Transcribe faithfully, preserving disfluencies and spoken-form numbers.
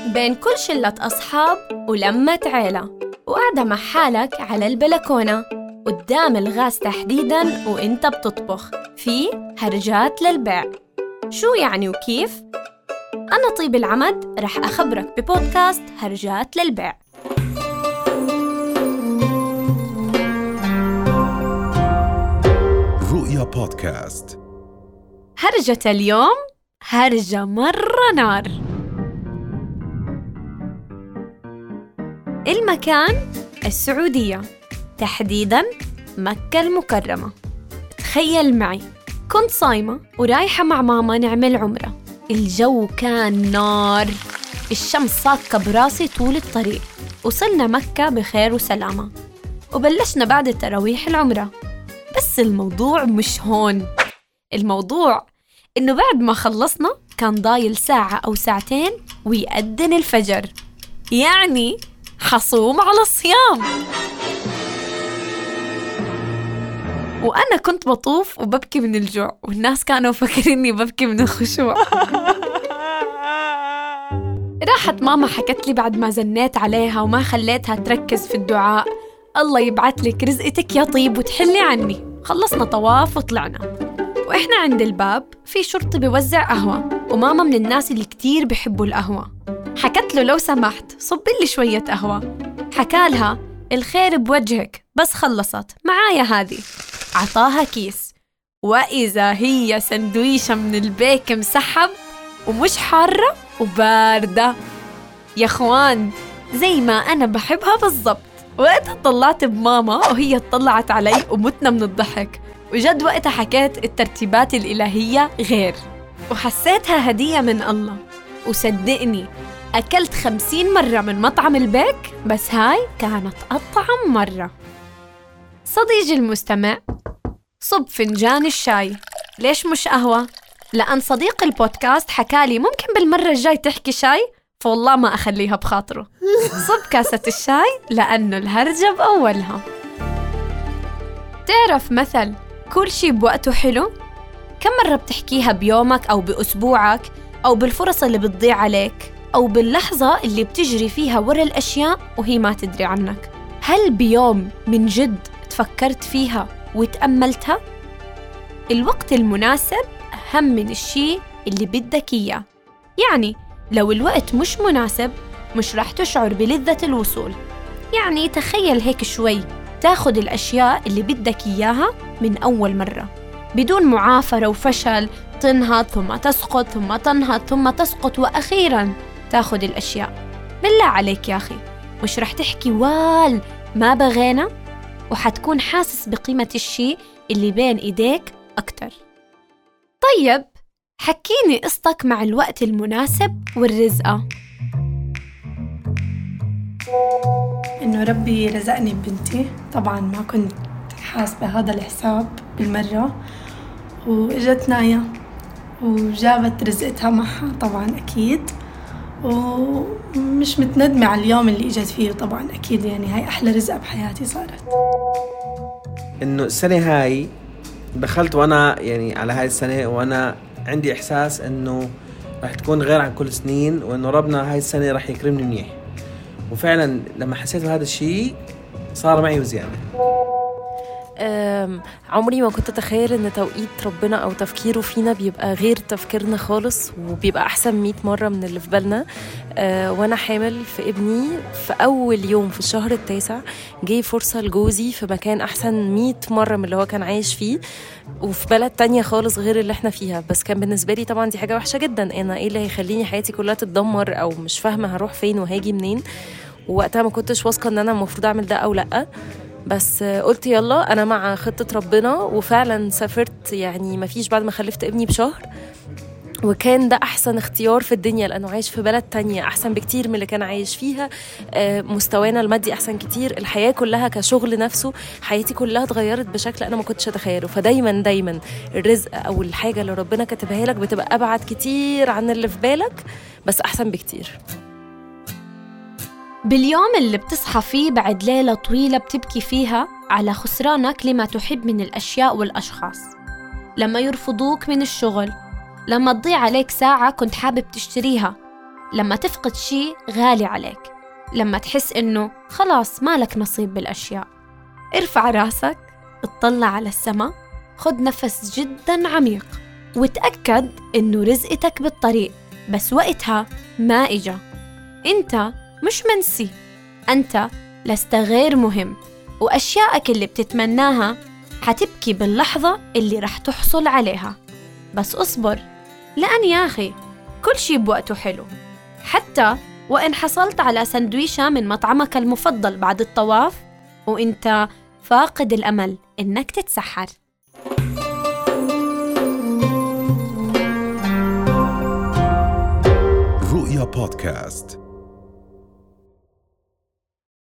بين كل شلة أصحاب ولمة عيلة، وقاعدة مع حالك على البلكونة قدام الغاز تحديداً وإنت بتطبخ في هرجات للبيع. شو يعني وكيف؟ أنا طيب العمد رح أخبرك ببودكاست هرجات للبيع. رؤيا بودكاست. هرجة اليوم هرجة مرة نار. المكان السعودية، تحديداً مكة المكرمة. تخيل معي، كنت صايمة ورايحة مع ماما نعمل عمرة. الجو كان نار، الشمس صاكة براسي طول الطريق. وصلنا مكة بخير وسلامة وبلشنا بعد التراويح العمرة. بس الموضوع مش هون. الموضوع إنه بعد ما خلصنا كان ضايل ساعة أو ساعتين ويأذن الفجر، يعني حصوم على الصيام. وأنا كنت بطوف وببكي من الجوع، والناس كانوا فاكريني ببكي من الخشوع. راحت ماما حكت لي بعد ما زنيت عليها وما خليتها تركز في الدعاء: الله يبعث لك رزقتك يا طيب وتحلي عني. خلصنا طواف وطلعنا، وإحنا عند الباب في شرطي بيوزع قهوة، وماما من الناس اللي كتير بيحبوا القهوة. حكت له لو سمحت صبي لي شوية قهوة. حكالها الخير بوجهك، بس خلصت معايا هذه. عطاها كيس، وإذا هي سندويشة من البيك مسحب ومش حارة وباردة. يا اخوان زي ما أنا بحبها بالضبط. وقتها طلعت بماما وهي طلعت علي ومتنا من الضحك، وجد وقتها حكيت الترتيبات الإلهية غير، وحسيتها هدية من الله. وصدقني أكلت خمسين مرة من مطعم البيك، بس هاي كانت أطعم مرة. صديقي المستمع، صب فنجان الشاي. ليش مش قهوة؟ لأن صديق البودكاست حكالي ممكن بالمرة الجاي تحكي شاي، فوالله ما أخليها بخاطره. صب كاسة الشاي لأنه الهرجة بأولها. تعرف مثل كل شي بوقته حلو؟ كم مرة بتحكيها بيومك أو بأسبوعك أو بالفرص اللي بتضيع عليك أو باللحظة اللي بتجري فيها ورا الأشياء وهي ما تدري عنك؟ هل بيوم من جد تفكرت فيها وتأملتها؟ الوقت المناسب أهم من الشي اللي بدك إياه. يعني لو الوقت مش مناسب مش رح تشعر بلذة الوصول. يعني تخيل هيك شوي، تاخد الأشياء اللي بدك إياها من أول مرة بدون معافرة وفشل، تنهض ثم تسقط ثم تنهض ثم تسقط، وأخيراً تاخد الأشياء. بالله عليك يا أخي، مش رح تحكي وال ما بغينا؟ وحتكون حاسس بقيمة الشيء اللي بين إيديك أكتر. طيب حكيني قصتك مع الوقت المناسب والرزقة. إنه ربي رزقني ببنتي، طبعاً ما كنت حاسبة هذا الحساب بالمرة، وإجت نايا وجابت رزقتها معها طبعاً أكيد، ومش متندمة على اليوم اللي إجت فيه طبعاً أكيد. يعني هاي أحلى رزقة بحياتي صارت. إنه السنة هاي دخلت وأنا يعني على هاي السنة وأنا عندي إحساس إنه راح تكون غير عن كل سنين، وإنه ربنا هاي السنة راح يكرمني منيح. وفعلاً لما حسيت بهذا الشيء صار معي وزيادة. عمري ما كنت أتخيل إن توقيت ربنا أو تفكيره فينا بيبقى غير تفكيرنا خالص، وبيبقى أحسن مئة مرة من اللي في بالنا. أه وأنا حامل في ابني في أول يوم في الشهر التاسع جاي فرصة لجوزي في مكان أحسن مئة مرة من اللي هو كان عايش فيه، وفي بلد تانية خالص غير اللي احنا فيها. بس كان بالنسبة لي طبعا دي حاجة وحشة جدا. أنا إيه اللي هيخليني حياتي كلها تتدمر أو مش فاهمة هروح فين وهاجي منين؟ ووقتها ما كنتش واثقة إن أنا المفروض أعمل ده أو لأ، بس قلت يلا أنا مع خطة ربنا. وفعلا سافرت، يعني ما فيش بعد ما خلفت ابني بشهر، وكان ده أحسن اختيار في الدنيا لأنه عايش في بلد تانية أحسن بكتير من اللي كان عايش فيها. مستوانا المادي أحسن كتير، الحياة كلها كشغل نفسه، حياتي كلها اتغيرت بشكل أنا ما كنتش أتخيله. فدايما دايما الرزق أو الحاجة اللي ربنا كتبها لك بتبقى أبعد كتير عن اللي في بالك، بس أحسن بكتير. باليوم اللي بتصحى فيه بعد ليلة طويلة بتبكي فيها على خسرانك لما تحب من الأشياء والأشخاص، لما يرفضوك من الشغل، لما تضيع عليك ساعة كنت حابب تشتريها لما تفقد شي غالي عليك، لما تحس إنه خلاص مالك نصيب بالأشياء. ارفع راسك، اطلع على السما، خد نفس جدا عميق، وتأكد إنه رزقتك بالطريق، بس وقتها ما إجا. أنت مش منسي، أنت لست غير مهم، وأشيائك اللي بتتمناها حتبكي باللحظة اللي رح تحصل عليها. بس أصبر، لأن يا أخي كل شي بوقته حلو. حتى وإن حصلت على سندويشة من مطعمك المفضل بعد الطواف وإنت فاقد الأمل إنك تتسحر. رؤيا بودكاست.